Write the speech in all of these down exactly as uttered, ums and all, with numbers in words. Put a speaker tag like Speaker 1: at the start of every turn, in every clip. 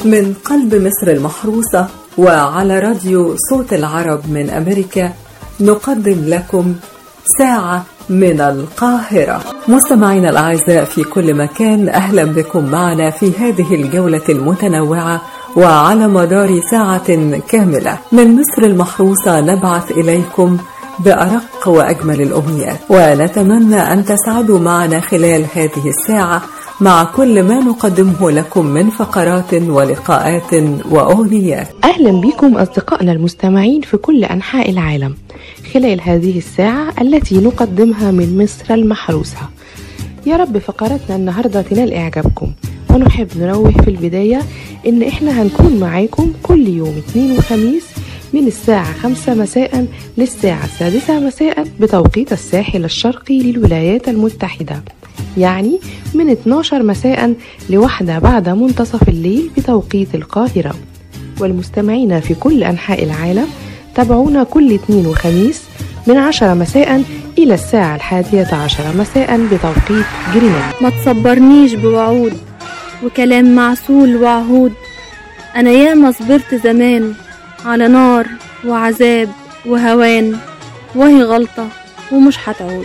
Speaker 1: من قلب مصر المحروسة وعلى راديو صوت العرب من أمريكا نقدم لكم ساعة من القاهرة. مستمعينا الأعزاء في كل مكان، أهلا بكم معنا في هذه الجولة المتنوعة وعلى مدار ساعة كاملة من مصر المحروسة نبعث إليكم بأرق وأجمل الأمنيات، ونتمنى أن تسعدوا معنا خلال هذه الساعة مع كل ما نقدمه لكم من فقرات ولقاءات وأغنيات.
Speaker 2: أهلا بكم أصدقائنا المستمعين في كل أنحاء العالم خلال هذه الساعة التي نقدمها من مصر المحروسة. يا رب فقراتنا النهاردة تنال إعجابكم، ونحب نروح في البداية إن إحنا هنكون معاكم كل يوم اثنين وخميس من الساعة خمسة مساء للساعة السادسة مساء بتوقيت الساحل الشرقي للولايات المتحدة، يعني من اثناشر مساء لواحدة بعد منتصف الليل بتوقيت القاهرة. والمستمعين في كل أنحاء العالم تابعونا كل اثنين وخميس من عشرة مساء إلى الساعة الحادية عشر مساء بتوقيت جرينتش.
Speaker 3: ما تصبرنيش بوعود وكلام معسول وعهود، أنا ياما صبرت زمان على نار وعذاب وهوان، وهي غلطة ومش هتعود.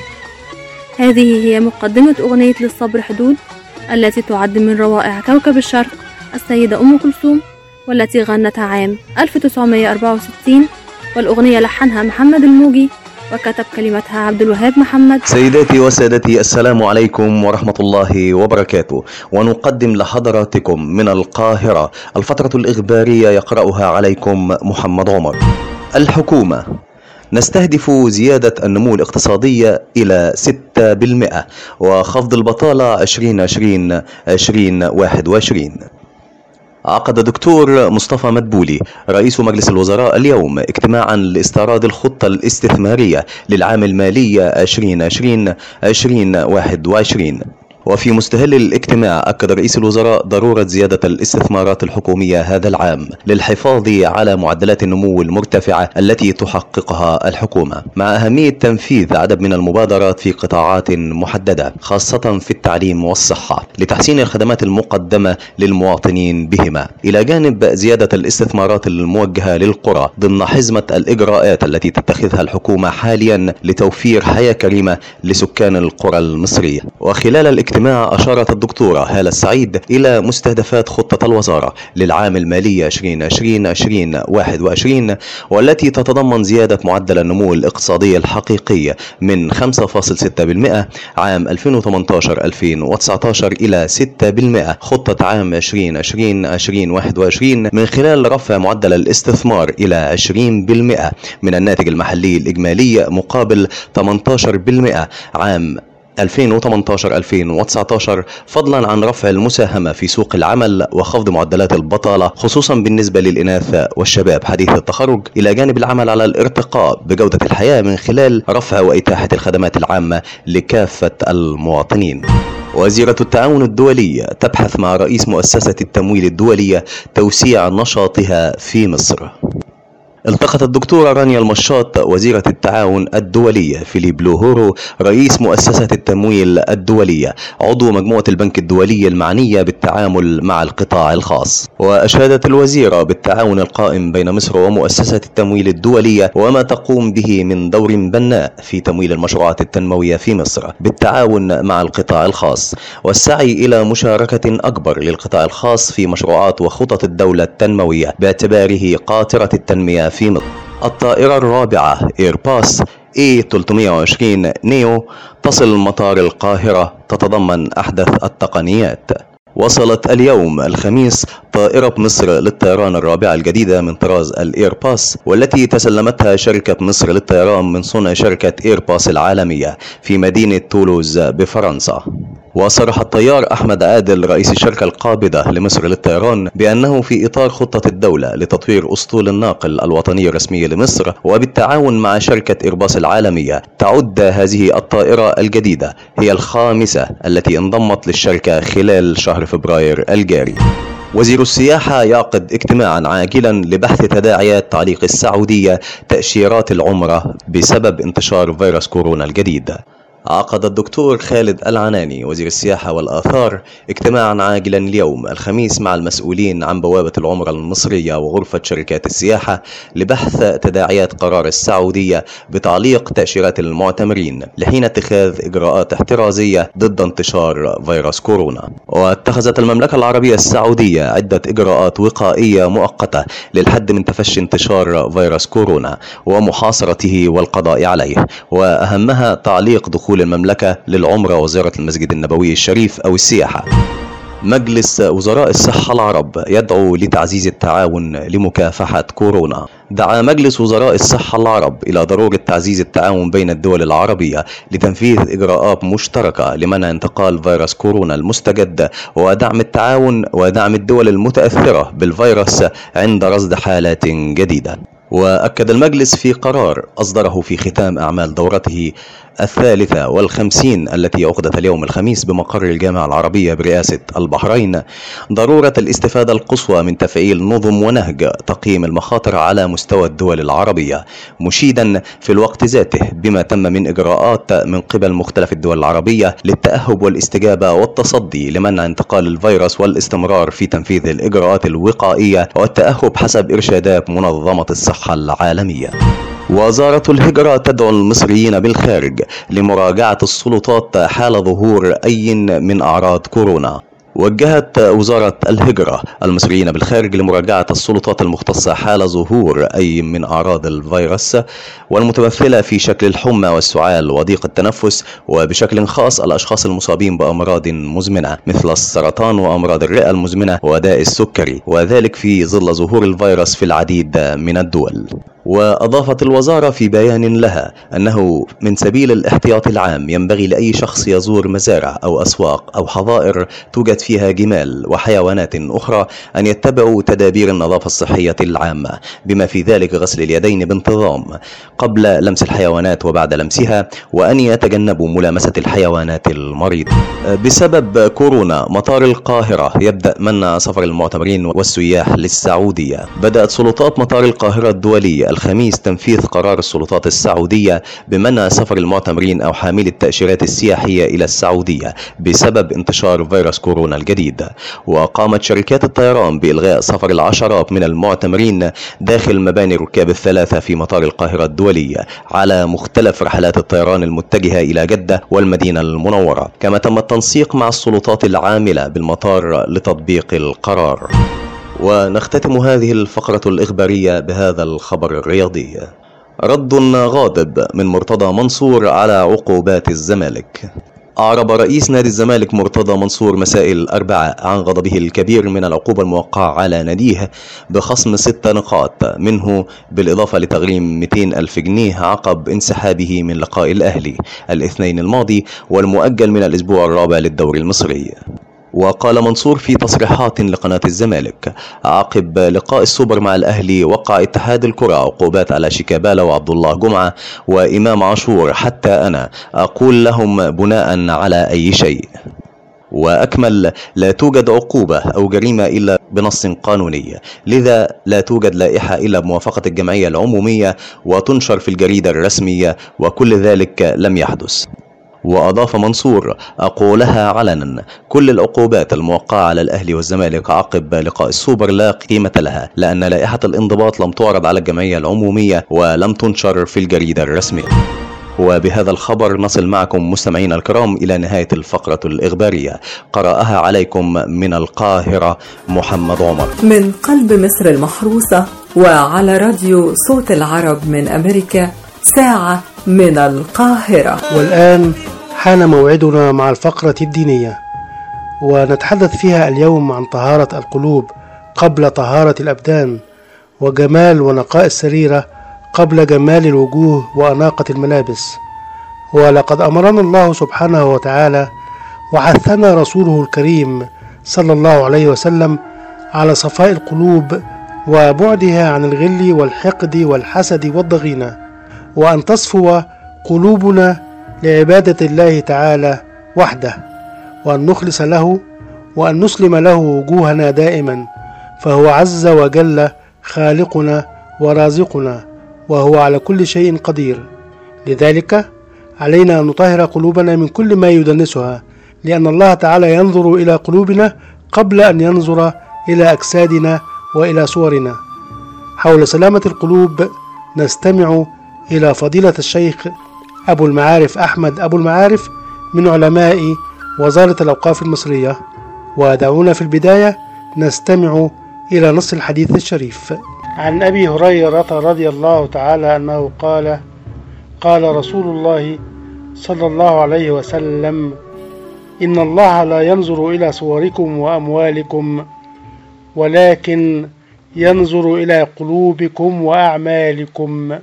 Speaker 3: هذه هي مقدمة أغنية للصبر حدود التي تعد من روائع كوكب الشرق السيدة أم كلثوم، والتي غنتها عام ألف وتسعمائة وأربعة وستين، والأغنية لحنها محمد الموجي وكتب كلماتها عبد الوهاب محمد.
Speaker 4: سيداتي وسادتي، السلام عليكم ورحمة الله وبركاته، ونقدم لحضراتكم من القاهرة الفترة الإخبارية يقرأها عليكم محمد عمر. الحكومة: نستهدف زيادة النمو الاقتصادي إلى ستة بالمئة وخفض البطالة عشرين عشرين عشرين واحد وعشرين. عقد الدكتور مصطفى مدبولي رئيس مجلس الوزراء اليوم اجتماعا لاستعراض الخطة الاستثمارية للعام المالي عشرين عشرين عشرين واحد وعشرين. وفي مستهل الاجتماع أكد رئيس الوزراء ضرورة زيادة الاستثمارات الحكومية هذا العام للحفاظ على معدلات النمو المرتفعة التي تحققها الحكومة، مع أهمية تنفيذ عدد من المبادرات في قطاعات محددة خاصة في التعليم والصحة لتحسين الخدمات المقدمة للمواطنين بهما، إلى جانب زيادة الاستثمارات الموجهة للقرى ضمن حزمة الإجراءات التي تتخذها الحكومة حاليا لتوفير حياة كريمة لسكان القرى المصرية. وخلال الاجتماع أشارت الدكتورة هالة السعيد إلى مستهدفات خطة الوزارة للعام المالي عشرين عشرين عشرين واحد وعشرين، والتي تتضمن زيادة معدل النمو الاقتصادي الحقيقي من خمسة فاصلة ستة بالمئة عام ألفين وثمانية عشر ألفين وتسعة عشر إلى ستة بالمئة خطة عام عشرين عشرين عشرين واحد وعشرين، من خلال رفع معدل الاستثمار إلى عشرين بالمئة من الناتج المحلي الإجمالي مقابل ثمانية عشر بالمئة عام ألفين وثمانية عشر ألفين وتسعة عشر، فضلا عن رفع المساهمة في سوق العمل وخفض معدلات البطالة خصوصا بالنسبة للإناث والشباب حديث التخرج، إلى جانب العمل على الارتقاء بجودة الحياة من خلال رفع وإتاحة الخدمات العامة لكافة المواطنين. وزيرة التعاون الدولي تبحث مع رئيس مؤسسة التمويل الدولية توسيع نشاطها في مصر. التقت الدكتورة رانيا المشاط وزيرة التعاون الدولية فيليب لوهورو رئيس مؤسسة التمويل الدولية عضو مجموعة البنك الدولي المعنية بالتعامل مع القطاع الخاص. وأشادت الوزيرة بالتعاون القائم بين مصر ومؤسسة التمويل الدولية وما تقوم به من دور بناء في تمويل المشروعات التنموية في مصر بالتعاون مع القطاع الخاص، والسعي إلى مشاركة أكبر للقطاع الخاص في مشروعات وخطط الدولة التنموية باعتباره قاطرة التنمية في مصر. الطائرة الرابعة إيرباص إيه ثلاثمائة وعشرين نيو تصل مطار القاهرة تتضمن أحدث التقنيات. وصلت اليوم الخميس طائرة مصر للطيران الرابعة الجديدة من طراز الإيرباص، والتي تسلمتها شركة مصر للطيران من صنع شركة إيرباص العالمية في مدينة تولوز بفرنسا. وصرح الطيار أحمد عادل رئيس الشركة القابضة لمصر للطيران بأنه في إطار خطة الدولة لتطوير أسطول الناقل الوطني الرسمي لمصر وبالتعاون مع شركة إيرباص العالمية، تعد هذه الطائرة الجديدة هي الخامسة التي انضمت للشركة خلال شهر فبراير الجاري. وزير السياحة يعقد اجتماعا عاجلا لبحث تداعيات تعليق السعودية تأشيرات العمرة بسبب انتشار فيروس كورونا الجديد. عقد الدكتور خالد العناني وزير السياحة والآثار اجتماعا عاجلا اليوم الخميس مع المسؤولين عن بوابة العمرة المصرية وغرفة شركات السياحة لبحث تداعيات قرار السعودية بتعليق تأشيرات المعتمرين لحين اتخاذ إجراءات احترازية ضد انتشار فيروس كورونا. واتخذت المملكة العربية السعودية عدة إجراءات وقائية مؤقتة للحد من تفشي انتشار فيروس كورونا ومحاصرته والقضاء عليه، وأهمها تعليق دخول المملكة للعمرة وزيارة المسجد النبوي الشريف أو السياحة. مجلس وزراء الصحة العرب يدعو لتعزيز التعاون لمكافحة كورونا. دعا مجلس وزراء الصحة العرب إلى ضرورة تعزيز التعاون بين الدول العربية لتنفيذ إجراءات مشتركة لمنع انتقال فيروس كورونا المستجد، ودعم التعاون ودعم الدول المتأثرة بالفيروس عند رصد حالات جديدة. وأكد المجلس في قرار أصدره في ختام أعمال دورته الثالثة والخمسين التي عقدت اليوم الخميس بمقر الجامعة العربية برئاسة البحرين ضرورة الاستفادة القصوى من تفعيل نظم ونهج تقييم المخاطر على مستوى الدول العربية، مشيدا في الوقت ذاته بما تم من إجراءات من قبل مختلف الدول العربية للتأهب والاستجابة والتصدي لمنع انتقال الفيروس والاستمرار في تنفيذ الإجراءات الوقائية والتأهب حسب إرشادات منظمة الصحة العالمية. وزارة الهجرة تدعو المصريين بالخارج لمراجعة السلطات حال ظهور أي من أعراض كورونا. وجهت وزارة الهجرة المصريين بالخارج لمراجعة السلطات المختصة حال ظهور أي من أعراض الفيروس والمتمثلة في شكل الحمى والسعال وضيق التنفس، وبشكل خاص الأشخاص المصابين بأمراض مزمنة مثل السرطان وأمراض الرئة المزمنة وداء السكري، وذلك في ظل ظهور الفيروس في العديد من الدول. وأضافت الوزارة في بيان لها أنه من سبيل الاحتياط العام ينبغي لأي شخص يزور مزارع أو أسواق أو حظائر توجد فيها جمال وحيوانات أخرى أن يتبعوا تدابير النظافة الصحية العامة، بما في ذلك غسل اليدين بانتظام قبل لمس الحيوانات وبعد لمسها، وأن يتجنبوا ملامسة الحيوانات المريضة. بسبب كورونا مطار القاهرة يبدأ منع سفر المعتمرين والسياح للسعودية. بدأت سلطات مطار القاهرة الدولي الخميس تنفيذ قرار السلطات السعودية بمنع سفر المعتمرين أو حاملي التأشيرات السياحية إلى السعودية بسبب انتشار فيروس كورونا الجديد. وقامت شركات الطيران بإلغاء سفر العشرات من المعتمرين داخل مباني الركاب الثلاثة في مطار القاهرة الدولي على مختلف رحلات الطيران المتجهة إلى جدة والمدينة المنورة، كما تم التنسيق مع السلطات العاملة بالمطار لتطبيق القرار. ونختتم هذه الفقرة الإخبارية بهذا الخبر الرياضي. رد غاضب من مرتضى منصور على عقوبات الزمالك. أعرب رئيس نادي الزمالك مرتضى منصور مساء الأربعاء عن غضبه الكبير من العقوبة الموقعة على ناديه بخصم ست نقاط منه بالإضافة لتغريم مئتين ألف جنيه عقب انسحابه من لقاء الأهلي الاثنين الماضي والمؤجل من الأسبوع الرابع للدوري المصري. وقال منصور في تصريحات لقناة الزمالك عقب لقاء السوبر مع الأهلي: وقع اتحاد الكرة عقوبات على شيكابالا وعبد الله جمعة وإمام عاشور حتى أنا أقول لهم بناء على أي شيء. وأكمل: لا توجد عقوبة أو جريمة إلا بنص قانوني، لذا لا توجد لائحة إلا بموافقة الجمعية العمومية وتنشر في الجريدة الرسمية، وكل ذلك لم يحدث. وأضاف منصور: أقولها علنا، كل العقوبات الموقعة على الأهلي والزمالك عقب لقاء السوبر لا قيمة لها، لأن لائحة الانضباط لم تعرض على الجمعية العمومية ولم تنشر في الجريدة الرسمية. وبهذا الخبر نصل معكم مستمعينا الكرام إلى نهاية الفقرة الإخبارية. قرأها عليكم من القاهرة محمد عمر،
Speaker 1: من قلب مصر المحروسة، وعلى راديو صوت العرب من أمريكا، ساعة من القاهرة.
Speaker 5: والآن حان موعدنا مع الفقرة الدينية، ونتحدث فيها اليوم عن طهارة القلوب قبل طهارة الأبدان، وجمال ونقاء السريرة قبل جمال الوجوه وأناقة الملابس. ولقد أمرنا الله سبحانه وتعالى وحثنا رسوله الكريم صلى الله عليه وسلم على صفاء القلوب وبعدها عن الغل والحقد والحسد والضغينة، وأن تصفو قلوبنا لعبادة الله تعالى وحده، وأن نخلص له وأن نسلم له وجوهنا دائما، فهو عز وجل خالقنا ورازقنا، وهو على كل شيء قدير. لذلك علينا أن نطهر قلوبنا من كل ما يدنسها، لأن الله تعالى ينظر إلى قلوبنا قبل أن ينظر إلى أجسادنا وإلى صورنا. حول سلامة القلوب نستمع إلى فضيلة الشيخ أبو المعارف أحمد أبو المعارف من علماء وزارة الأوقاف المصرية. ودعونا في البداية نستمع إلى نص الحديث الشريف. عن أبي هريرة رضي الله تعالى أنه قال: قال رسول الله صلى الله عليه وسلم: إن الله لا ينظر إلى صوركم وأموالكم، ولكن ينظر إلى قلوبكم وأعمالكم.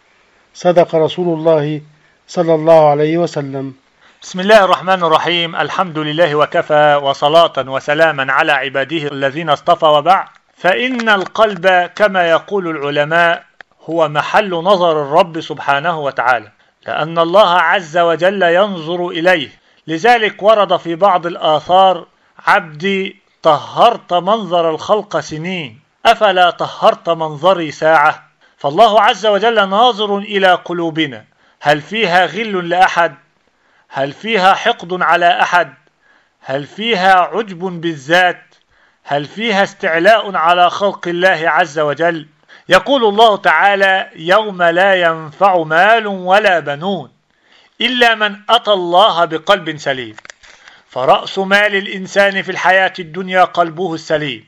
Speaker 5: صدق رسول الله صلى الله عليه وسلم.
Speaker 6: بسم الله الرحمن الرحيم. الحمد لله وكفى، وصلاة وسلاما على عباده الذين اصطفى، وبعد، فإن القلب كما يقول العلماء هو محل نظر الرب سبحانه وتعالى، لأن الله عز وجل ينظر إليه. لذلك ورد في بعض الآثار: عبدي طهرت منظر الخلق سنين، أفلا طهرت منظري ساعة. فالله عز وجل ناظر إلى قلوبنا، هل فيها غل لأحد؟ هل فيها حقد على أحد؟ هل فيها عجب بالذات؟ هل فيها استعلاء على خلق الله عز وجل؟ يقول الله تعالى: يوم لا ينفع مال ولا بنون إلا من أتى الله بقلب سليم. فرأس مال الإنسان في الحياة الدنيا قلبه السليم،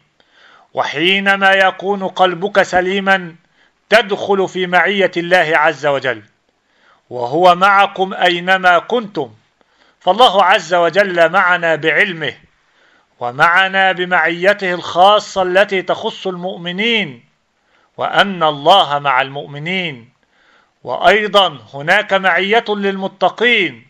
Speaker 6: وحينما يكون قلبك سليما تدخل في معية الله عز وجل، وهو معكم أينما كنتم. فالله عز وجل معنا بعلمه، ومعنا بمعيته الخاصة التي تخص المؤمنين، وأن الله مع المؤمنين. وأيضا هناك معية للمتقين،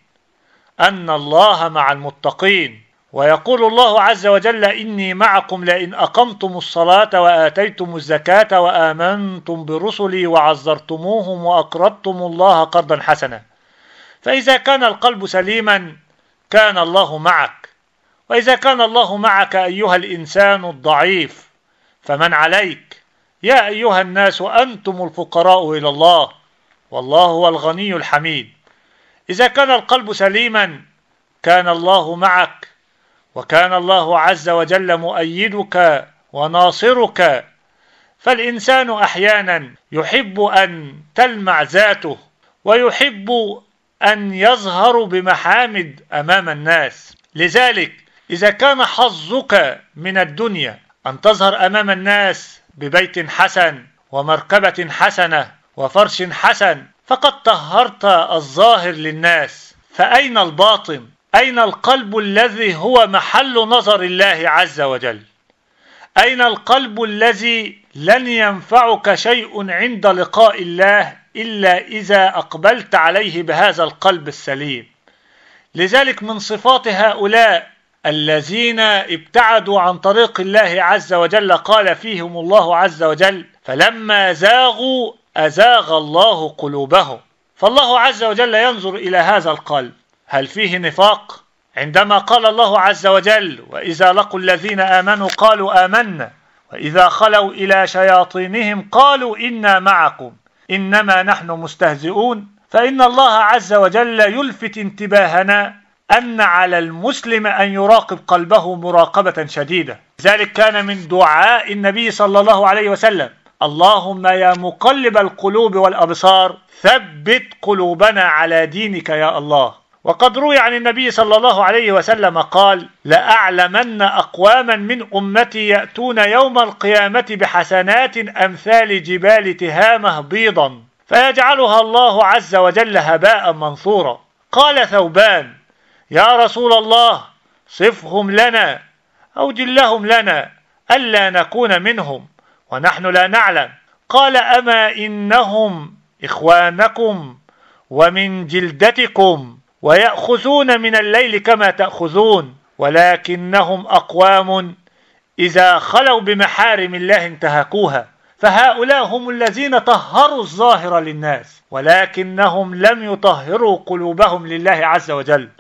Speaker 6: أن الله مع المتقين. ويقول الله عز وجل: إني معكم لئن أقمتم الصلاة وآتيتم الزكاة وآمنتم برسلي وعزرتموهم وأقرضتم الله قرضا حسنا. فإذا كان القلب سليما كان الله معك، وإذا كان الله معك أيها الإنسان الضعيف فمن عليك؟ يا أيها الناس أنتم الفقراء إلى الله والله هو الغني الحميد. إذا كان القلب سليما كان الله معك، وكان الله عز وجل مؤيدك وناصرك. فالإنسان أحيانا يحب أن تلمع ذاته، ويحب أن يظهر بمحامد أمام الناس. لذلك إذا كان حظك من الدنيا أن تظهر أمام الناس ببيت حسن ومركبة حسنة وفرش حسن فقد طهرت الظاهر للناس، فأين الباطن؟ أين القلب الذي هو محل نظر الله عز وجل؟ أين القلب الذي لن ينفعك شيء عند لقاء الله إلا إذا أقبلت عليه بهذا القلب السليم؟ لذلك من صفات هؤلاء الذين ابتعدوا عن طريق الله عز وجل قال فيهم الله عز وجل: فلما زاغوا أزاغ الله قلوبهم. فالله عز وجل ينظر إلى هذا القلب، هل فيه نفاق؟ عندما قال الله عز وجل: وإذا لقوا الذين آمنوا قالوا آمنا وإذا خلوا إلى شياطينهم قالوا إنا معكم إنما نحن مستهزئون. فإن الله عز وجل يلفت انتباهنا أن على المسلم أن يراقب قلبه مراقبة شديدة. ذلك كان من دعاء النبي صلى الله عليه وسلم: اللهم يا مقلب القلوب والأبصار ثبت قلوبنا على دينك يا الله. وقد روي عن النبي صلى الله عليه وسلم قال: لأعلمن أقواما من أمتي يأتون يوم القيامة بحسنات أمثال جبال تهامة بيضا فيجعلها الله عز وجل هباء منثورا. قال ثوبان: يا رسول الله صفهم لنا أو جلهم لنا ألا نكون منهم ونحن لا نعلم. قال: أما إنهم إخوانكم ومن جلدتكم ويأخذون من الليل كما تأخذون، ولكنهم أقوام إذا خلوا بمحارم الله انتهكوها. فهؤلاء هم الذين طهروا الظاهر للناس، ولكنهم لم يطهروا قلوبهم لله عز وجل.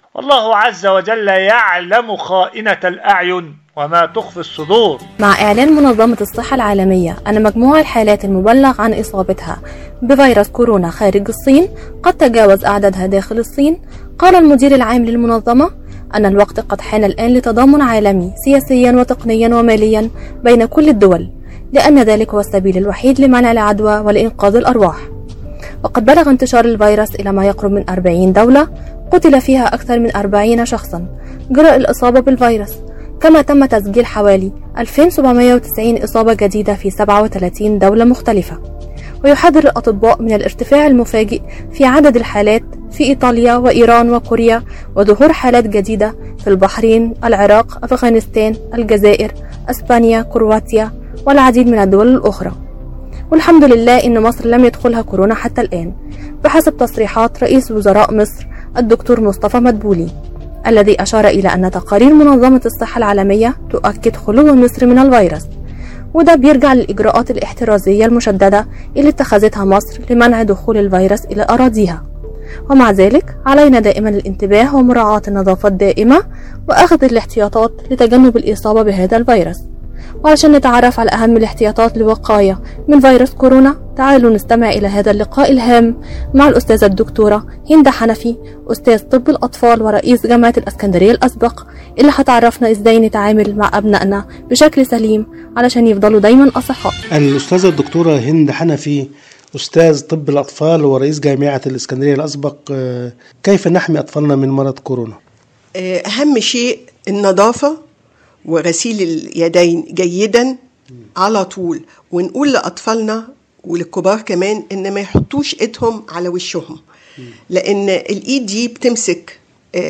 Speaker 6: والله عز وجل يعلم خائنة الأعين وما تخفي الصدور.
Speaker 3: مع إعلان منظمة الصحة العالمية أن مجموع الحالات المبلغ عن إصابتها بفيروس كورونا خارج الصين قد تجاوز أعدادها داخل الصين، قال المدير العام للمنظمة أن الوقت قد حان الآن لتضامن عالمي سياسيا وتقنيا وماليا بين كل الدول، لأن ذلك هو السبيل الوحيد لمنع العدوى ولإنقاذ الأرواح. وقد بلغ انتشار الفيروس إلى ما يقرب من أربعين دولة، قتل فيها أكثر من أربعين شخصا جراء الإصابة بالفيروس، كما تم تسجيل حوالي ألفين وسبعمائة وتسعين إصابة جديدة في سبعة وثلاثين دولة مختلفة. ويحذر الأطباء من الارتفاع المفاجئ في عدد الحالات في إيطاليا وإيران وكوريا، وظهور حالات جديدة في البحرين، العراق، أفغانستان، الجزائر، أسبانيا، كرواتيا والعديد من الدول الأخرى. والحمد لله إن مصر لم يدخلها كورونا حتى الآن، بحسب تصريحات رئيس وزراء مصر الدكتور مصطفى مدبولي، الذي أشار إلى أن تقارير منظمة الصحة العالمية تؤكد خلو مصر من الفيروس، وده بيرجع للإجراءات الاحترازية المشددة اللي اتخذتها مصر لمنع دخول الفيروس إلى أراضيها. ومع ذلك علينا دائما الانتباه ومراعاة النظافة الدائمة وأخذ الاحتياطات لتجنب الإصابة بهذا الفيروس. وعشان نتعرف على أهم الاحتياطات للوقاية من فيروس كورونا، تعالوا نستمع إلى هذا اللقاء الهام مع الأستاذة الدكتورة هند حنفي، أستاذ طب الأطفال ورئيس جامعة الإسكندرية الأسبق، اللي هتعرفنا إزاي نتعامل مع أبنائنا بشكل سليم علشان يفضلوا دايما أصحاء.
Speaker 5: الأستاذة الدكتورة هند حنفي، أستاذ طب الأطفال ورئيس جامعة الإسكندرية الأسبق، كيف نحمي أطفالنا من مرض كورونا؟
Speaker 7: أهم شيء النظافة وغسيل اليدين جيدا على طول، ونقول لأطفالنا وللكبار كمان إن ما يحطوش إيدهم على وشهم، لأن الإيد دي بتمسك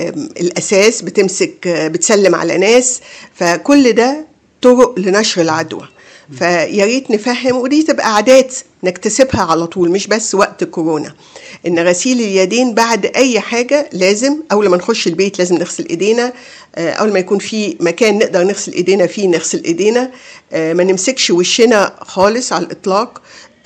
Speaker 7: الأساس، بتمسك بتسلم على ناس، فكل ده طرق لنشر العدوى. فياريت نفهم، ودي تبقى عادات نكتسبها على طول مش بس وقت كورونا، ان غسيل اليدين بعد اي حاجة لازم، اول ما نخش البيت لازم نغسل ايدينا، اول ما يكون في مكان نقدر نغسل ايدينا فيه نغسل ايدينا، ما نمسكش وشنا خالص على الاطلاق.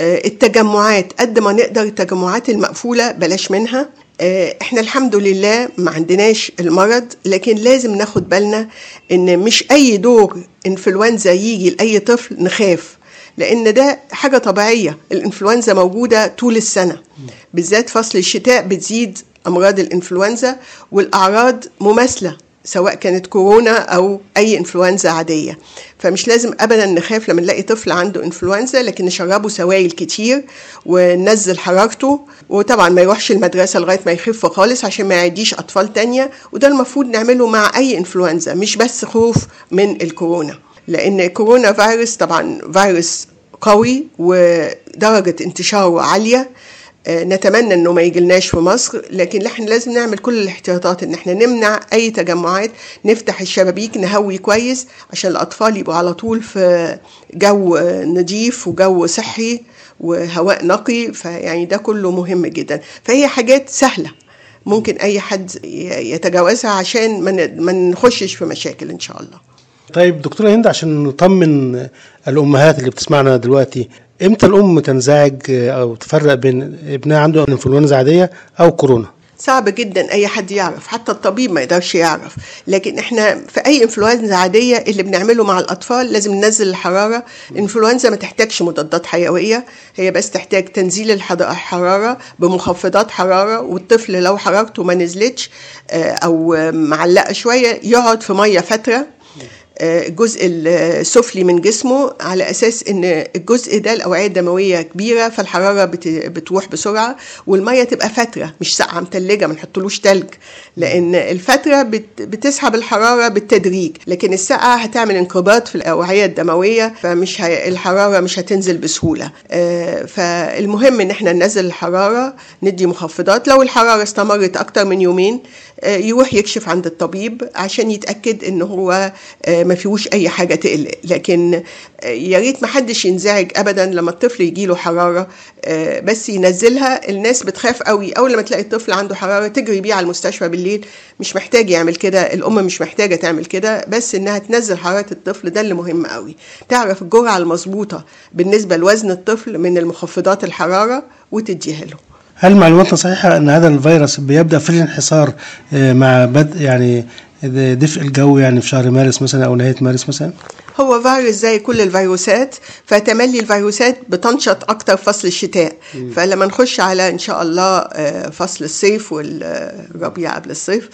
Speaker 7: التجمعات قد ما نقدر، التجمعات المقفولة بلاش منها. احنا الحمد لله ما عندناش المرض، لكن لازم ناخد بالنا ان مش اي دور انفلونزا يجي لاي طفل نخاف، لان ده حاجة طبيعية. الانفلونزا موجودة طول السنة، بالذات فصل الشتاء بتزيد امراض الانفلونزا، والاعراض مماثلة سواء كانت كورونا أو أي إنفلونزا عادية. فمش لازم أبدا نخاف لما نلاقي طفل عنده إنفلونزا، لكن نشربه سوائل كتير وننزل حرارته، وطبعا ما يروحش المدرسة لغاية ما يخف خالص عشان ما يعديش أطفال تانية. وده المفروض نعمله مع أي إنفلونزا، مش بس خوف من الكورونا، لأن كورونا فيروس طبعا فيروس قوي ودرجة انتشاره عالية. نتمنى انه ما يجيلناش في مصر، لكن احنا لازم نعمل كل الاحتياطات ان احنا نمنع اي تجمعات، نفتح الشبابيك، نهوي كويس عشان الاطفال يبقوا على طول في جو نظيف وجو صحي وهواء نقي. فيعني ده كله مهم جدا. فهي حاجات سهلة ممكن اي حد يتجاوزها عشان ما نخشش في مشاكل ان شاء الله.
Speaker 5: طيب دكتورة هند، عشان نطمن الامهات اللي بتسمعنا دلوقتي، امتى الام تنزعج او تفرق بين ابنها عنده انفلونزا عاديه او كورونا؟
Speaker 7: صعب جدا اي حد يعرف، حتى الطبيب ما يقدرش يعرف. لكن احنا في اي انفلونزا عاديه اللي بنعمله مع الاطفال لازم ننزل الحراره. الانفلونزا ما تحتاجش مضادات حيويه، هي بس تحتاج تنزيل الحراره بمخفضات حراره، والطفل لو حرارته ما نزلتش او معلقه شويه يقعد في ميه فتره الجزء السفلي من جسمه، على أساس أن الجزء ده الأوعية الدموية كبيرة فالحرارة بتروح بسرعة، والمية تبقى فترة مش ساقعة متلجة، ما نحطلوش تلج، لأن الفترة بتسحب الحرارة بالتدريج، لكن الساقعة هتعمل انقباض في الأوعية الدموية فمش ه... الحرارة مش هتنزل بسهولة. فالمهم أن احنا ننزل الحرارة، ندي مخفضات. لو الحرارة استمرت أكتر من يومين يروح يكشف عند الطبيب عشان يتأكد أنه هو ما فيهوش اي حاجه تقلق. لكن يا ريت ما حدش ينزعج ابدا لما الطفل يجيله حراره، بس ينزلها. الناس بتخاف قوي اول لما تلاقي الطفل عنده حراره تجري بيه على المستشفى بالليل. مش محتاج يعمل كده، الام مش محتاجه تعمل كده، بس انها تنزل حراره الطفل، ده اللي مهم قوي. تعرف الجرعه المظبوطه بالنسبه لوزن الطفل من المخفضات الحراره وتديها له.
Speaker 5: هل معلوماتنا صحيحة أن هذا الفيروس بيبدأ في الانحسار مع بدء يعني دفء الجو، يعني في شهر مارس مثلا أو نهاية مارس مثلا؟
Speaker 7: هو فيروس زي كل الفيروسات، فتملي الفيروسات بتنشط أكتر في فصل الشتاء. م. فلما نخش على إن شاء الله فصل الصيف والربيع قبل الصيف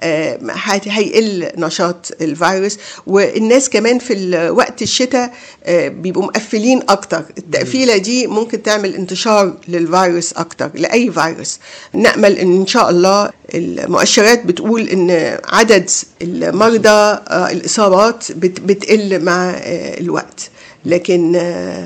Speaker 7: هيقل نشاط الفيروس. والناس كمان في وقت الشتاء بيبقوا مقفلين أكتر. التقفيلة دي ممكن تعمل انتشار للفيروس أكتر، لأي فيروس. نأمل إن إن شاء الله المؤشرات بتقول إن عدد المرضى الإصابات بتقل مع الوقت، لكن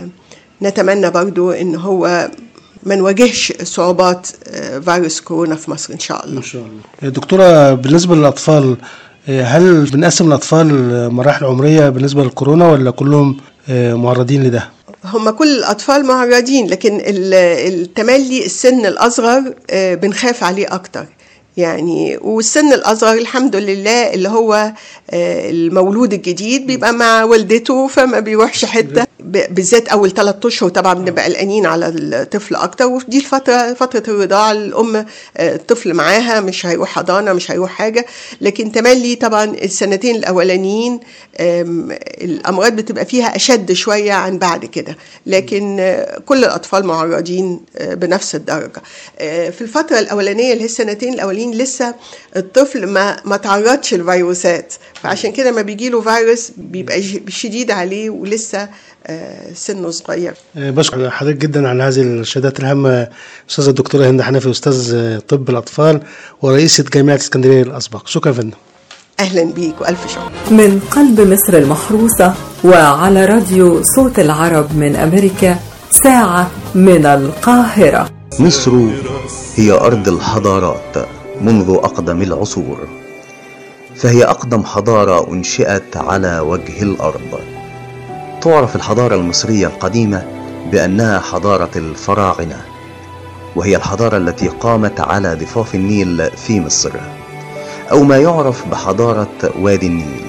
Speaker 7: نتمنى برضو إن هو ما نواجهش صعوبات فيروس كورونا في مصر إن شاء الله. إن شاء
Speaker 5: الله. دكتورة، بالنسبة للأطفال، هل بنقسم الأطفال مراحل عمرية بالنسبة للكورونا ولا كلهم معرضين لده؟
Speaker 7: هم كل الأطفال معرضين، لكن التملي السن الأصغر بنخاف عليه أكتر يعني. والسن الأصغر الحمد لله اللي هو المولود الجديد بيبقى مع والدته، فما بيروحش حتة، بالذات أول ثلاثة أشهر طبعا بنبقى قلقانين على الطفل أكتر. ودي الفترة فترة الرضاعة، الأم الطفل معاها مش هيروح حضانة، مش هيروح حاجة. لكن تملي طبعا السنتين الأولانيين الأمراض بتبقى فيها أشد شوية عن بعد كده، لكن كل الأطفال معرضين بنفس الدرجة. في الفترة الأولانية اللي هي السنتين الأولين لسه الطفل ما ما تعرضش الفيروسات، فعشان كده ما بيجي له فيروس بيبقى شديد عليه ولسه سنه صغير.
Speaker 5: بشكر حضرتك جدا على هذه الشهادات الهامة أستاذة الدكتورة هند حنفي، أستاذ طب الأطفال ورئيسة جامعة اسكندرية الأسبق. شكرا فندم.
Speaker 7: أهلا بيك وألف شكر.
Speaker 1: من قلب مصر المحروسة وعلى راديو صوت العرب من أمريكا، ساعة من القاهرة.
Speaker 4: مصر هي أرض الحضارات منذ أقدم العصور، فهي أقدم حضارة أنشئت على وجه الأرض. تعرف الحضارة المصرية القديمة بأنها حضارة الفراعنة، وهي الحضارة التي قامت على ضفاف النيل في مصر، أو ما يعرف بحضارة وادي النيل.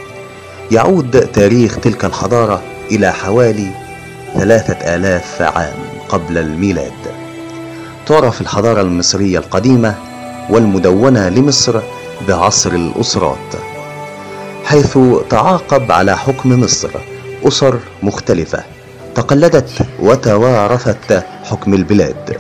Speaker 4: يعود تاريخ تلك الحضارة إلى حوالي ثلاثة آلاف عام قبل الميلاد. تعرف الحضارة المصرية القديمة والمدونة لمصر بعصر الأسرات، حيث تعاقب على حكم مصر أسر مختلفة تقلدت وتوارثت حكم البلاد.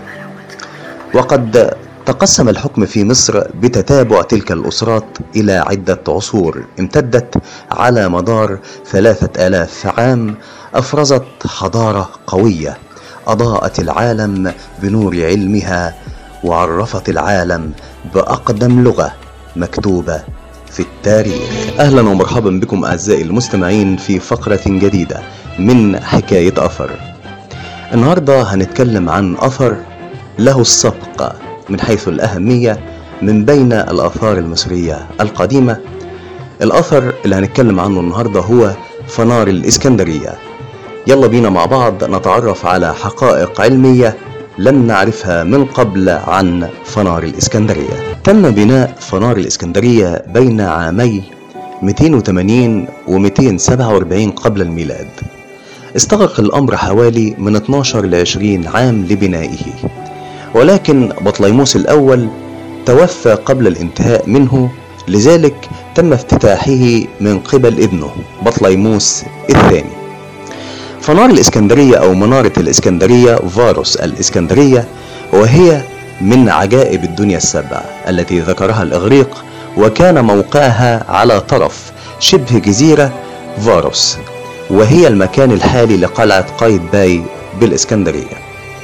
Speaker 4: وقد تقسم الحكم في مصر بتتابع تلك الأسرات إلى عدة عصور امتدت على مدار ثلاثة آلاف عام، أفرزت حضارة قوية أضاءت العالم بنور علمها، وعرفت العالم بأقدم لغة مكتوبة في التاريخ. أهلا ومرحبا بكم أعزائي المستمعين في فقرة جديدة من حكاية أثر. النهاردة هنتكلم عن أثر له السبق من حيث الأهمية من بين الآثار المصرية القديمة. الأثر اللي هنتكلم عنه النهاردة هو فنار الإسكندرية. يلا بينا مع بعض نتعرف على حقائق علمية لم نعرفها من قبل عن فنار الإسكندرية. تم بناء فنار الإسكندرية بين عامي مئتين وثمانين و مئتين وسبعة وأربعين قبل الميلاد. استغرق الأمر حوالي من اثناشر ل عشرين عام لبنائه، ولكن بطليموس الأول توفى قبل الانتهاء منه، لذلك تم افتتاحه من قبل ابنه بطليموس الثاني. فنار الإسكندرية أو منارة الإسكندرية فاروس الإسكندرية، وهي من عجائب الدنيا السبع التي ذكرها الإغريق، وكان موقعها على طرف شبه جزيرة فاروس، وهي المكان الحالي لقلعة قايتباي بالإسكندرية.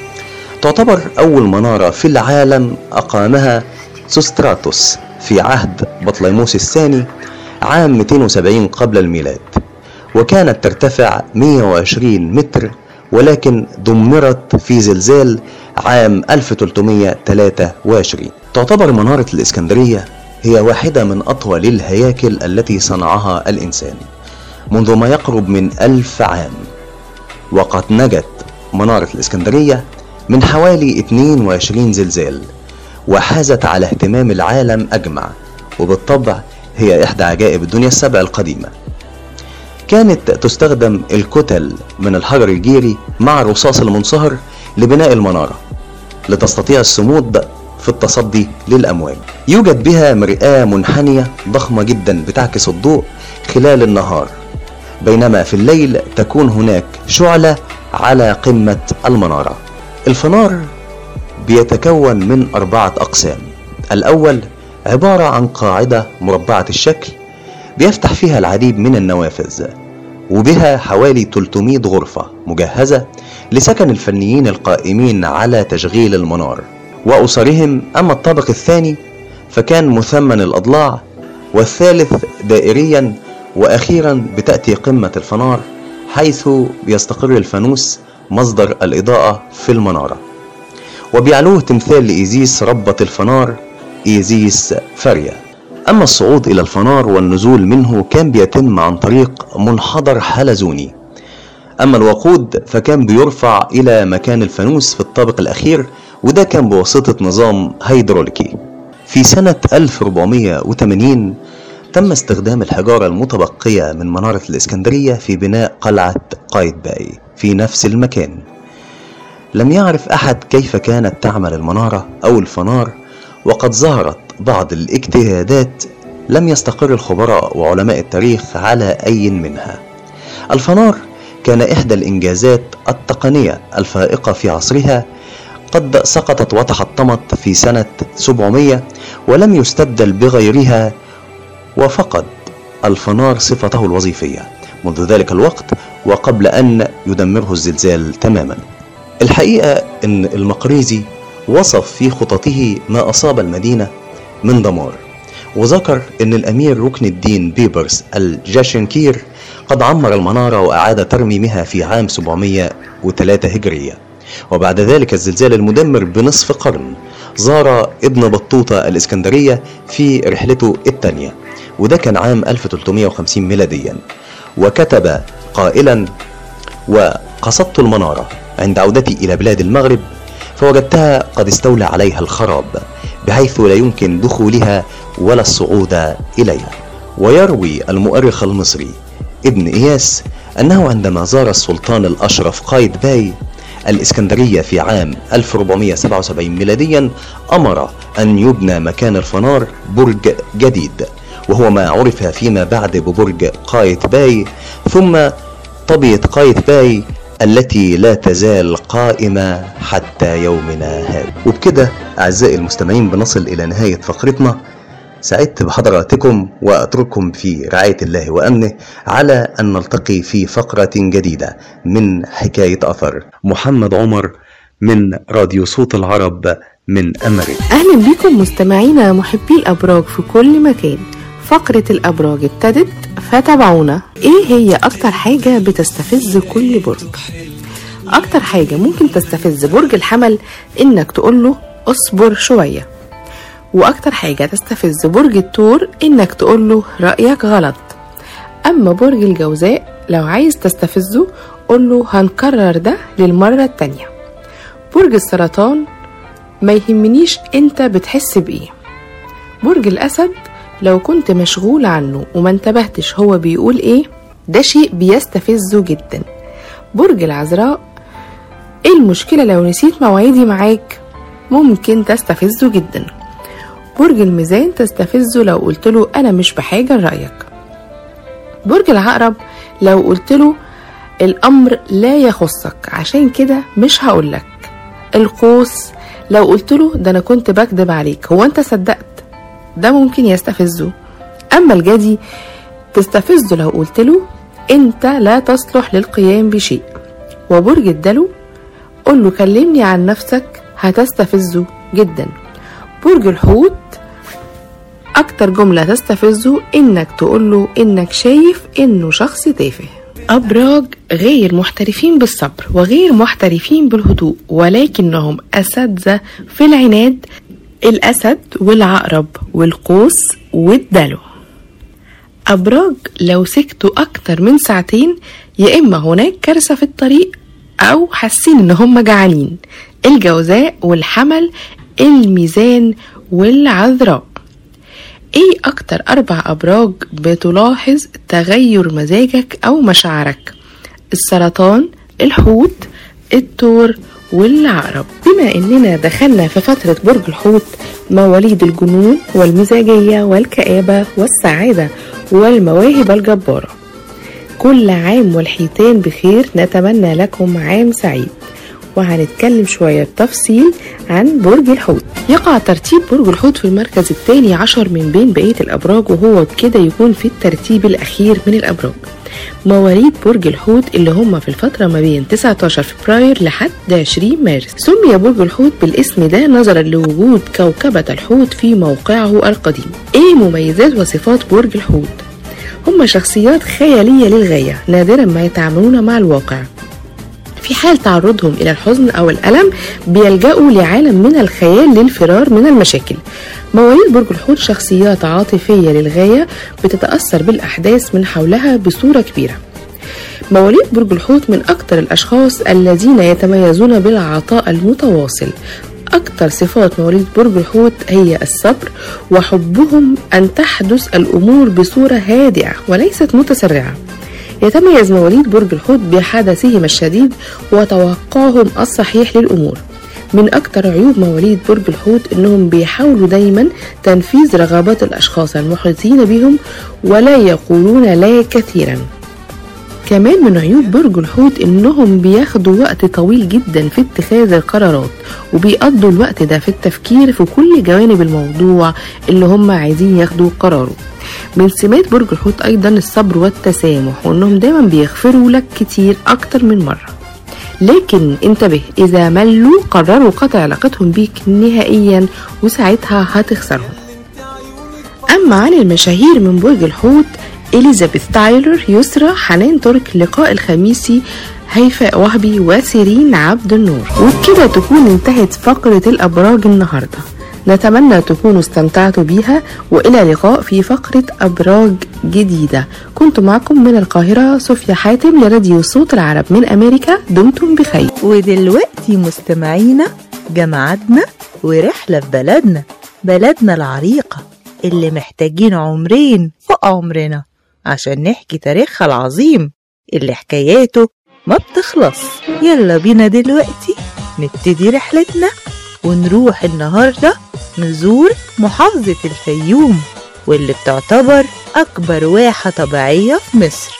Speaker 4: تعتبر أول منارة في العالم أقامها سوستراتوس في عهد بطليموس الثاني عام مئتين وسبعين قبل الميلاد، وكانت ترتفع مئة وعشرين متر، ولكن دمرت في زلزال عام ألف وثلاثمئة وثلاثة وعشرين. تعتبر منارة الإسكندرية هي واحدة من أطول الهياكل التي صنعها الإنسان منذ ما يقرب من ألف عام، وقد نجت منارة الإسكندرية من حوالي اثنين وعشرين زلزال، وحازت على اهتمام العالم أجمع، وبالطبع هي إحدى عجائب الدنيا السبع القديمة. كانت تستخدم الكتل من الحجر الجيري مع الرصاص المنصهر لبناء المنارة، لتستطيع الصمود في التصدي للأمواج. يوجد بها مرآة منحنية ضخمة جدا بتعكس الضوء خلال النهار، بينما في الليل تكون هناك شعلة على قمة المنارة. الفنار بيتكون من أربعة أقسام. الأول عبارة عن قاعدة مربعة الشكل بيفتح فيها العديد من النوافذ، وبها حوالي ثلاثمائة غرفة مجهزة لسكن الفنيين القائمين على تشغيل المنار وأسرهم. أما الطابق الثاني فكان مثمن الأضلاع، والثالث دائريا، وأخيرا بتأتي قمة الفنار حيث بيستقر الفانوس مصدر الإضاءة في المنارة، وبيعلوه تمثال لإيزيس ربة الفنار إيزيس فاريا. أما الصعود إلى الفنار والنزول منه كان بيتم عن طريق منحدر حلزوني. أما الوقود فكان بيرفع إلى مكان الفانوس في الطابق الأخير، وده كان بواسطة نظام هيدروليكي. في سنة ألف وأربعمائة وثمانين تم استخدام الحجارة المتبقية من منارة الإسكندرية في بناء قلعة قايتباي في نفس المكان. لم يعرف أحد كيف كانت تعمل المنارة أو الفنار، وقد ظهرت بعض الاجتهادات لم يستقر الخبراء وعلماء التاريخ على أي منها. الفنار كان إحدى الإنجازات التقنية الفائقة في عصرها، قد سقطت وتحطمت في سنة سبعمائة ولم يستبدل بغيرها، وفقد الفنار صفته الوظيفية منذ ذلك الوقت وقبل أن يدمره الزلزال تماما. الحقيقة أن المقريزي وصف في خططه ما أصاب المدينة من دمار، وذكر أن الأمير ركن الدين بيبرس الجاشنكير قد عمر المنارة وأعاد ترميمها في عام سبعمائة وثلاثة هجرية. وبعد ذلك الزلزال المدمر بنصف قرن زار ابن بطوطة الإسكندرية في رحلته الثانية، وده كان عام ألف وثلاثمائة وخمسين ميلاديا، وكتب قائلا: وقصدت المنارة عند عودتي إلى بلاد المغرب فوجدتها قد استولى عليها الخراب بحيث لا يمكن دخولها ولا الصعود إليها. ويروي المؤرخ المصري ابن إياس أنه عندما زار السلطان الأشرف قايتباي الإسكندرية في عام ألف وأربعمائة وسبعة وسبعين ميلاديا أمر أن يبنى مكان الفنار برج جديد، وهو ما عرف فيما بعد ببرج قايتباي، ثم طبية قايتباي التي لا تزال قائمة حتى يومنا هذا. وبكده أعزائي المستمعين بنصل إلى نهاية فقرتنا. سعدت بحضراتكم وأترككم في رعاية الله وأمنه، على أن نلتقي في فقرة جديدة من حكاية أثر. محمد عمر من راديو صوت العرب من أمريكا.
Speaker 2: أهلا بكم مستمعينا محبي الأبراج في كل مكان. فقرة الأبراج ابتدت، فتابعونا. إيه هي أكتر حاجة بتستفز كل برج؟ أكتر حاجة ممكن تستفز برج الحمل إنك تقوله أصبر شوية، وأكتر حاجة تستفز برج الثور إنك تقوله رأيك غلط. أما برج الجوزاء لو عايز تستفزه قوله هنكرر ده للمرة التانية. برج السرطان ما يهمنيش انت بتحس بإيه. برج الأسد لو كنت مشغول عنه وما انتبهتش هو بيقول ايه، ده شيء بيستفزه جدا. برج العذراء ايه المشكلة لو نسيت مواعيدي معاك، ممكن تستفزه جدا. برج الميزان تستفزه لو قلت له انا مش بحاجة لرأيك. برج العقرب لو قلت له الامر لا يخصك عشان كده مش هقولك. القوس لو قلت له ده انا كنت بكذب عليك هو انت صدقت، ده ممكن يستفزه. اما الجدي تستفزه لو قلت له انت لا تصلح للقيام بشيء. وبرج الدلو قل له كلمني عن نفسك، هتستفزه جدا. برج الحوت اكتر جملة تستفزه انك تقول له انك شايف انه شخص تافه. ابراج غير محترفين بالصبر وغير محترفين بالهدوء ولكنهم اساتذة في العناد، الاسد والعقرب والقوس والدلو. ابراج لو سكتوا اكتر من ساعتين يا اما هناك كارثة في الطريق او حاسين ان هم جعانين. الجوزاء والحمل، الميزان والعذراء. ايه اكتر اربع ابراج بتلاحظ تغير مزاجك او مشاعرك؟ السرطان، الحوت، الثور والعقرب. وبما إننا دخلنا في فترة برج الحوت، مواليد الجنون والمزاجية والكآبة والسعادة والمواهب الجبارة، كل عام والحيتان بخير، نتمنى لكم عام سعيد. وهنتكلم شوية بتفصيل عن برج الحوت. يقع ترتيب برج الحوت في المركز الثاني عشر من بين بقية الأبراج، وهو بكده يكون في الترتيب الأخير من الأبراج. مواليد برج الحوت اللي هم في الفترة ما بين تسعة عشر فبراير لحد عشرين مارس. سمي برج الحوت بالاسم ده نظرا لوجود كوكبة الحوت في موقعه القديم. ايه مميزات وصفات برج الحوت؟ هم شخصيات خيالية للغاية، نادرا ما يتعاملون مع الواقع. في حال تعرضهم إلى الحزن أو الألم بيلجأوا لعالم من الخيال للفرار من المشاكل. مواليد برج الحوت شخصيات عاطفية للغاية، بتتأثر بالأحداث من حولها بصورة كبيرة. مواليد برج الحوت من أكثر الأشخاص الذين يتميزون بالعطاء المتواصل. أكثر صفات مواليد برج الحوت هي الصبر، وحبهم أن تحدث الأمور بصورة هادئة وليست متسرعة. يتميز مواليد برج الحوت بحدثهم الشديد وتوقعهم الصحيح للأمور. من أكثر عيوب مواليد برج الحوت إنهم بيحاولوا دايما تنفيذ رغبات الأشخاص المحيطين بهم ولا يقولون لا كثيرا. كمان من عيوب برج الحوت إنهم بياخدوا وقت طويل جدا في اتخاذ القرارات، وبيقضوا الوقت ده في التفكير في كل جوانب الموضوع اللي هم عايزين ياخدوا قراره. من سمات برج الحوت أيضا الصبر والتسامح، وإنهم دايما بيغفروا لك كتير أكتر من مرة. لكن انتبه، إذا ملوا قرروا قطع علاقتهم بيك نهائيا، وساعتها هتخسرهم. أما عن المشاهير من برج الحوت، إليزابيث تايلر، يسرا، حنان ترك، لقاء الخميسي، هيفاء وهبي، وسيرين عبد النور. وبكده تكون انتهت فقرة الأبراج النهاردة. نتمنى تكونوا استمتعتوا بيها، وإلى لقاء في فقرة أبراج جديدة. كنت معكم من القاهرة صوفيا حاتم لراديو صوت العرب من أمريكا. دمتم بخير.
Speaker 8: ودلوقتي مستمعينا جمعتنا ورحلة في بلدنا، بلدنا العريقة اللي محتاجين عمرين فوق عمرنا عشان نحكي تاريخها العظيم اللي حكاياته ما بتخلص. يلا بينا دلوقتي نبتدي رحلتنا ونروح النهاردة نزور محافظة الفيوم، واللي بتعتبر أكبر واحة طبيعية في مصر،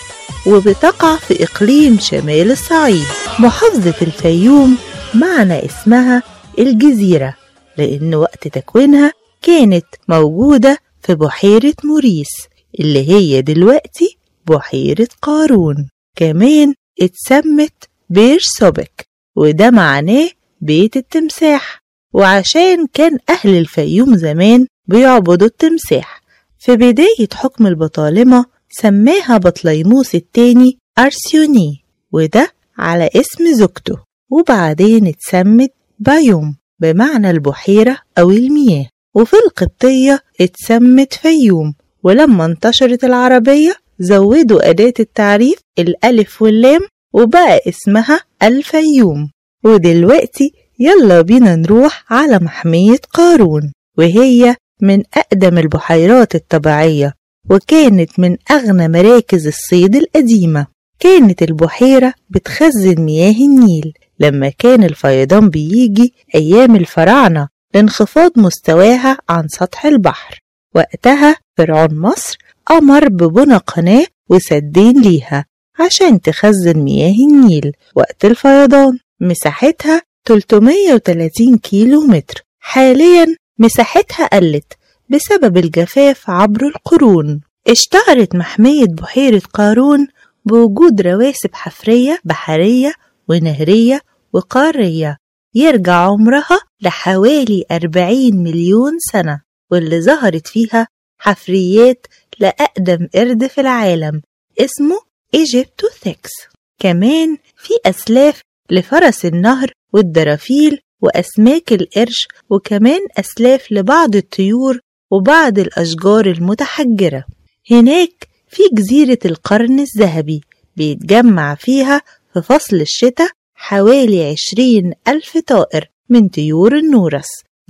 Speaker 8: وبتقع في إقليم شمال الصعيد. محافظة الفيوم معنى اسمها الجزيرة، لأن وقت تكوينها كانت موجودة في بحيرة موريس اللي هي دلوقتي بحيرة قارون. كمان اتسمت بير سوبك، وده معناه بيت التمساح، وعشان كان أهل الفيوم زمان بيعبدوا التمساح. في بداية حكم البطالمة سماها بطليموس الثاني أرسيوني، وده على اسم زوجته. وبعدين اتسمت بايوم بمعنى البحيرة أو المياه، وفي القبطية اتسمت فيوم. ولما انتشرت العربية زودوا أداة التعريف الألف واللام وبقى اسمها الفيوم. ودلوقتي يلا بينا نروح على محمية قارون، وهي من أقدم البحيرات الطبيعية، وكانت من أغنى مراكز الصيد القديمة. كانت البحيرة بتخزن مياه النيل لما كان الفيضان بيجي أيام الفراعنة لانخفاض مستواها عن سطح البحر. وقتها فرعون مصر أمر ببنى قناة وسدين ليها عشان تخزن مياه النيل وقت الفيضان. مساحتها ثلاثمائة وثلاثين كيلو متر. حاليا مساحتها قلت بسبب الجفاف عبر القرون. اشتهرت محمية بحيرة قارون بوجود رواسب حفرية بحرية ونهرية وقارية يرجع عمرها لحوالي أربعين مليون سنة، واللي ظهرت فيها حفريات لأقدم قرد في العالم اسمه إيجيبتوثيكس. كمان في أسلاف لفرس النهر والدرافيل وأسماك القرش، وكمان أسلاف لبعض الطيور وبعض الأشجار المتحجرة. هناك في جزيرة القرن الذهبي بيتجمع فيها في فصل الشتاء حوالي عشرين ألف طائر من طيور النورس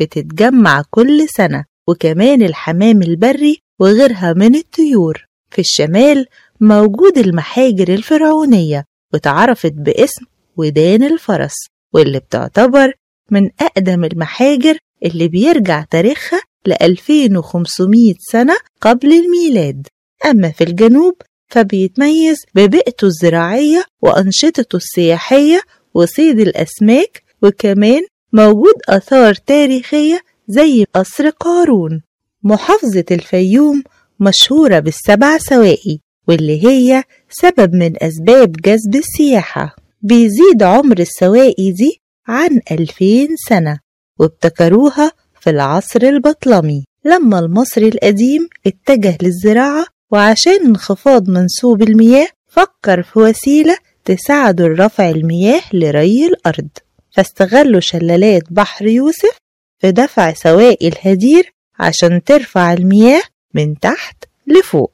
Speaker 8: بتتجمع كل سنة، وكمان الحمام البري وغيرها من الطيور. في الشمال موجود المحاجر الفرعونية وتعرفت باسم ودان الفرس، واللي بتعتبر من أقدم المحاجر اللي بيرجع تاريخها ل ألفين وخمسمائة سنة قبل الميلاد. أما في الجنوب فبيتميز ببيئته الزراعية وأنشطته السياحية وصيد الأسماك، وكمان موجود آثار تاريخية زي قصر قارون. محافظة الفيوم مشهورة بالسبع سواقي، واللي هي سبب من أسباب جذب السياحة. بيزيد عمر السواقي دي عن ألفين سنة، وابتكروها في العصر البطلمي لما المصري القديم اتجه للزراعة، وعشان انخفاض منسوب المياه فكر في وسيلة تساعده لرفع المياه لري الأرض، فاستغلوا شلالات بحر يوسف في دفع سواقي الهدير عشان ترفع المياه من تحت لفوق.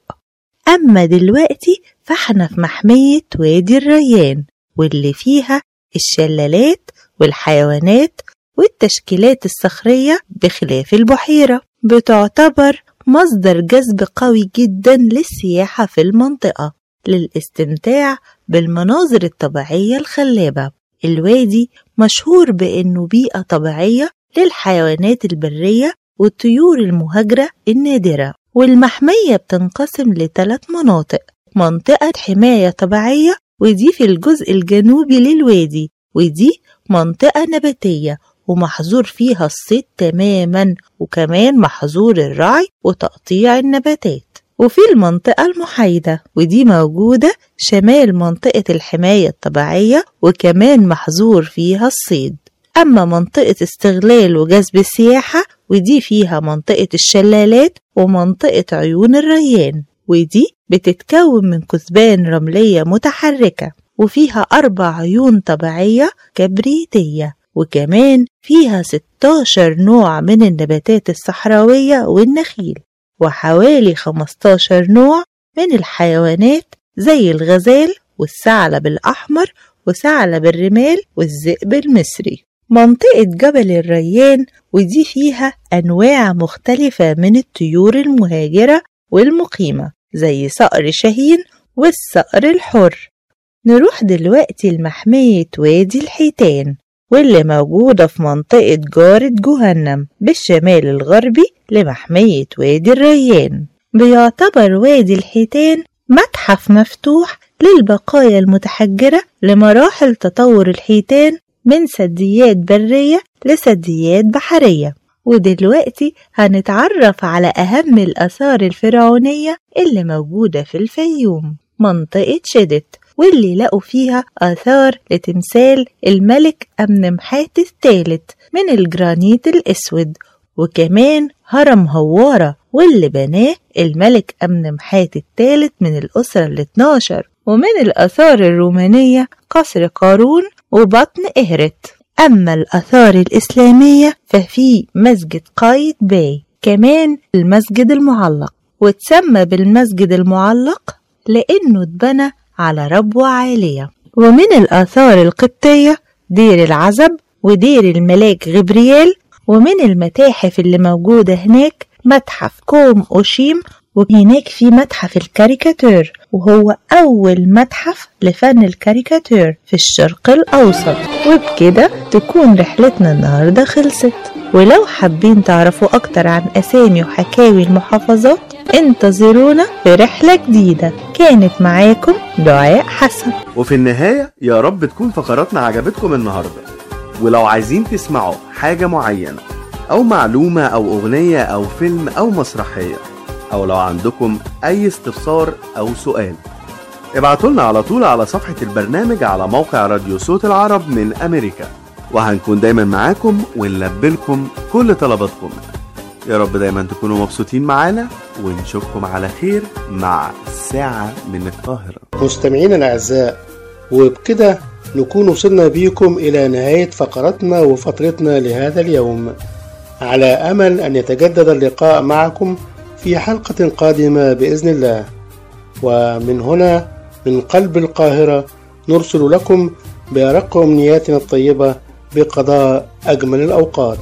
Speaker 8: أما دلوقتي فاحنا في محمية وادي الريان، واللي فيها الشلالات والحيوانات والتشكيلات الصخرية بخلاف البحيرة، بتعتبر مصدر جذب قوي جدا للسياحة في المنطقة للاستمتاع بالمناظر الطبيعية الخلابة. الوادي مشهور بأنه بيئة طبيعية للحيوانات البرية والطيور المهاجرة النادرة. والمحمية بتنقسم لثلاث مناطق: منطقة حماية طبيعية، ودي في الجزء الجنوبي للوادي، ودي منطقة نباتية ومحظور فيها الصيد تماما، وكمان محظور الرعي وتقطيع النباتات. وفي المنطقة المحايدة، ودي موجودة شمال منطقة الحماية الطبيعية وكمان محظور فيها الصيد. أما منطقة استغلال وجذب السياحة، ودي فيها منطقة الشلالات ومنطقة عيون الريان، ودي بتتكون من كثبان رملية متحركة، وفيها أربع عيون طبيعية كبريتية، وكمان فيها ستاشر نوع من النباتات الصحراوية والنخيل، وحوالي خمستاشر نوع من الحيوانات زي الغزال والثعلب الأحمر وثعلب الرمال والذئب المصري. منطقة جبل الريان، ودي فيها أنواع مختلفة من الطيور المهاجرة والمقيمة زي صقر شاهين والصقر الحر. نروح دلوقتي لمحمية وادي الحيتان، واللي موجودة في منطقة جارة جهنم بالشمال الغربي لمحمية وادي الريان. بيعتبر وادي الحيتان متحف مفتوح للبقايا المتحجرة لمراحل تطور الحيتان من ثدييات برية لثدييات بحرية. ودلوقتي هنتعرف على أهم الآثار الفرعونية اللي موجودة في الفيوم، منطقة شدت، واللي لقوا فيها آثار لتمثال الملك أمنمحات الثالث من الجرانيت الأسود، وكمان هرم هوارة واللي بناه الملك أمنمحات الثالث من الأسرة الاثناشر. ومن الآثار الرومانية قصر قارون وبطن إهرت. أما الآثار الإسلامية ففي مسجد قايد باي، كمان المسجد المعلق، وتسمى بالمسجد المعلق لأنه اتبنى على ربوة عالية. ومن الآثار القبطية دير العزب ودير الملاك غبريال. ومن المتاحف اللي موجودة هناك متحف كوم أوشيم، وهناك في متحف الكاريكاتير، وهو أول متحف لفن الكاريكاتير في الشرق الأوسط. وبكده تكون رحلتنا النهاردة خلصت. ولو حابين تعرفوا أكتر عن أسامي وحكاوي المحافظات انتظرونا في رحلة جديدة. كانت معاكم دعاء حسن.
Speaker 9: وفي النهاية يا رب تكون فقراتنا عجبتكم النهاردة. ولو عايزين تسمعوا حاجة معينة أو معلومة أو أغنية أو فيلم أو مسرحية، أو لو عندكم أي استفسار أو سؤال، ابعتولنا على طول على صفحة البرنامج على موقع راديو صوت العرب من أمريكا، وهنكون دايما معاكم ونلبلكم كل طلباتكم. يا رب دايما تكونوا مبسوطين معانا، ونشوفكم على خير مع ساعة من القاهرة.
Speaker 5: مستمعينا الأعزاء، وبكده نكون وصلنا بيكم إلى نهاية فقرتنا وفترتنا لهذا اليوم، على أمل أن يتجدد اللقاء معكم في حلقة قادمة بإذن الله. ومن هنا من قلب القاهرة نرسل لكم بأرق أمنياتنا الطيبة بقضاء أجمل الأوقات.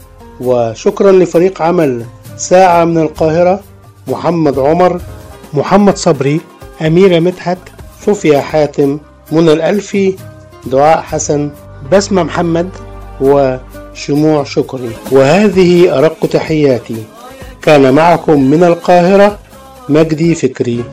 Speaker 5: وشكرا لفريق عمل ساعة من القاهرة: محمد عمر، محمد صبري، أميرة مدحت، صوفيا حاتم، منى الألفي، دعاء حسن، بسمة محمد، و شموع شكري. وهذه أرق تحياتي، كان معكم من القاهرة مجدي فكري.